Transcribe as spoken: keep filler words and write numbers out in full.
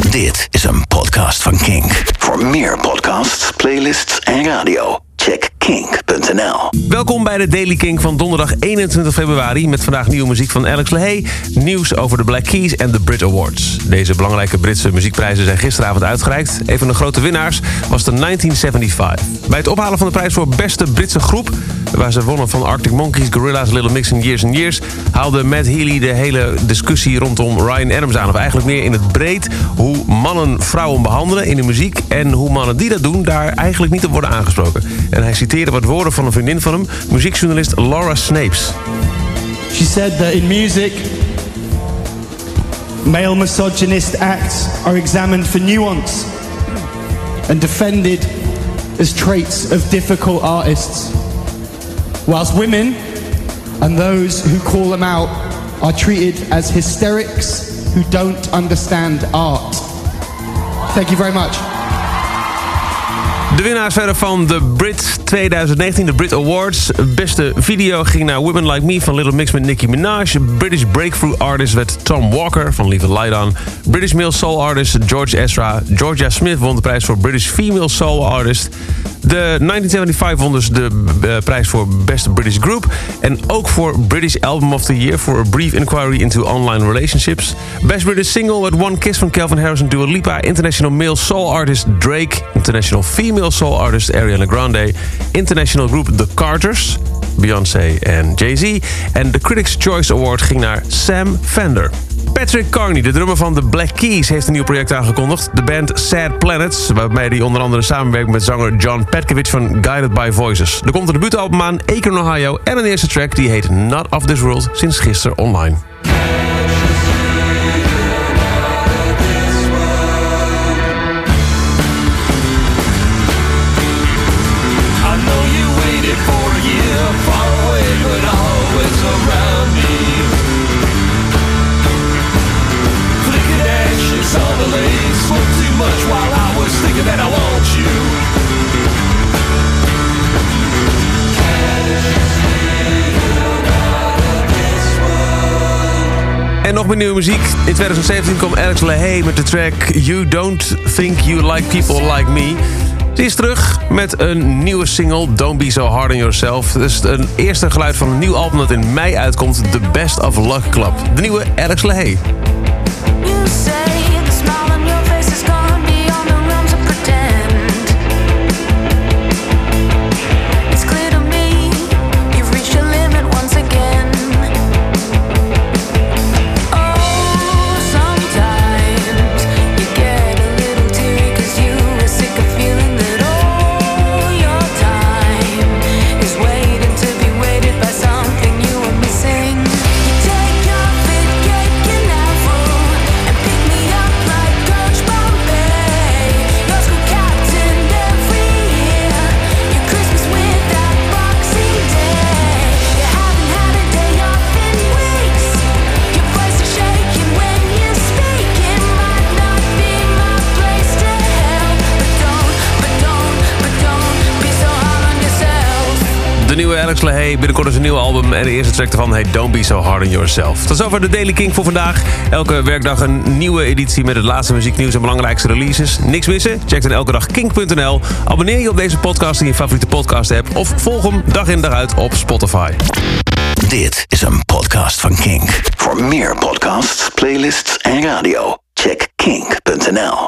Dit is een podcast van Kink. Voor meer podcasts, playlists en radio, check kink punt n l. Welkom bij de Daily Kink van donderdag eenentwintig februari... met vandaag nieuwe muziek van Alex LaHaye... nieuws over de Black Keys en de Brit Awards. Deze belangrijke Britse muziekprijzen zijn gisteravond uitgereikt. Een van de grote winnaars was de negentien zevenenzeventig. Bij het ophalen van de prijs voor beste Britse groep... waar ze wonnen van Arctic Monkeys, Gorillaz, Little Mix en Years and Years... haalde Matt Healy de hele discussie rondom Ryan Adams aan. Of eigenlijk meer in het breed hoe mannen vrouwen behandelen in de muziek... en hoe mannen die dat doen daar eigenlijk niet op worden aangesproken. En hij citeerde wat woorden van een vriendin van hem, muziekjournalist Laura Snapes. She said that in music, male misogynist acts are examined for nuance and defended as traits of difficult artists, whilst women and those who call them out are treated as hysterics who don't understand art. Thank you very much. De winnaars verder van de Brit twintig negentien, de Brit Awards. Beste video ging naar Women Like Me van Little Mix met Nicki Minaj. British Breakthrough Artist werd Tom Walker van Leave the Light On. British Male Soul Artist George Ezra. Georgia Smith won de prijs voor British Female Soul Artist. De negentien zevenenzeventig won dus de uh, prijs voor Best British Group. En ook voor British Album of the Year voor A Brief Inquiry into Online Relationships. Best British Single werd One Kiss van Calvin Harris en Dua Lipa. International Male Soul Artist Drake. International Female Soul Artist Ariana Grande. International Group The Carters, Beyoncé en Jay-Z. En de Critics' Choice Award ging naar Sam Fender. Patrick Carney, de drummer van de Black Keys, heeft een nieuw project aangekondigd. De band Sad Planets, waarmee hij onder andere samenwerkt met zanger John Petkovic van Guided by Voices. Er komt een debuutalbum aan, Akron, Ohio, en een eerste track die heet Not of This World, sinds gisteren online. En nog meer nieuwe muziek. In twintig zeventien kwam Alex LaHaye met de track You Don't Think You Like People Like Me. Ze is terug met een nieuwe single, Don't Be So Hard On Yourself. Het is een eerste geluid van een nieuw album dat in mei uitkomt, The Best of Luck Club. De nieuwe Alex LaHaye. De nieuwe Alex LaHaye, binnenkort is een nieuw album en de eerste track ervan heet Don't Be So Hard On Yourself. Tot zover de Daily Kink voor vandaag. Elke werkdag een nieuwe editie met het laatste muzieknieuws en belangrijkste releases. Niks missen? Check dan elke dag kink punt n l. Abonneer je op deze podcast in je favoriete podcast app of volg hem dag in dag uit op Spotify. Dit is een podcast van Kink. Voor meer podcasts, playlists en radio, check kink punt n l.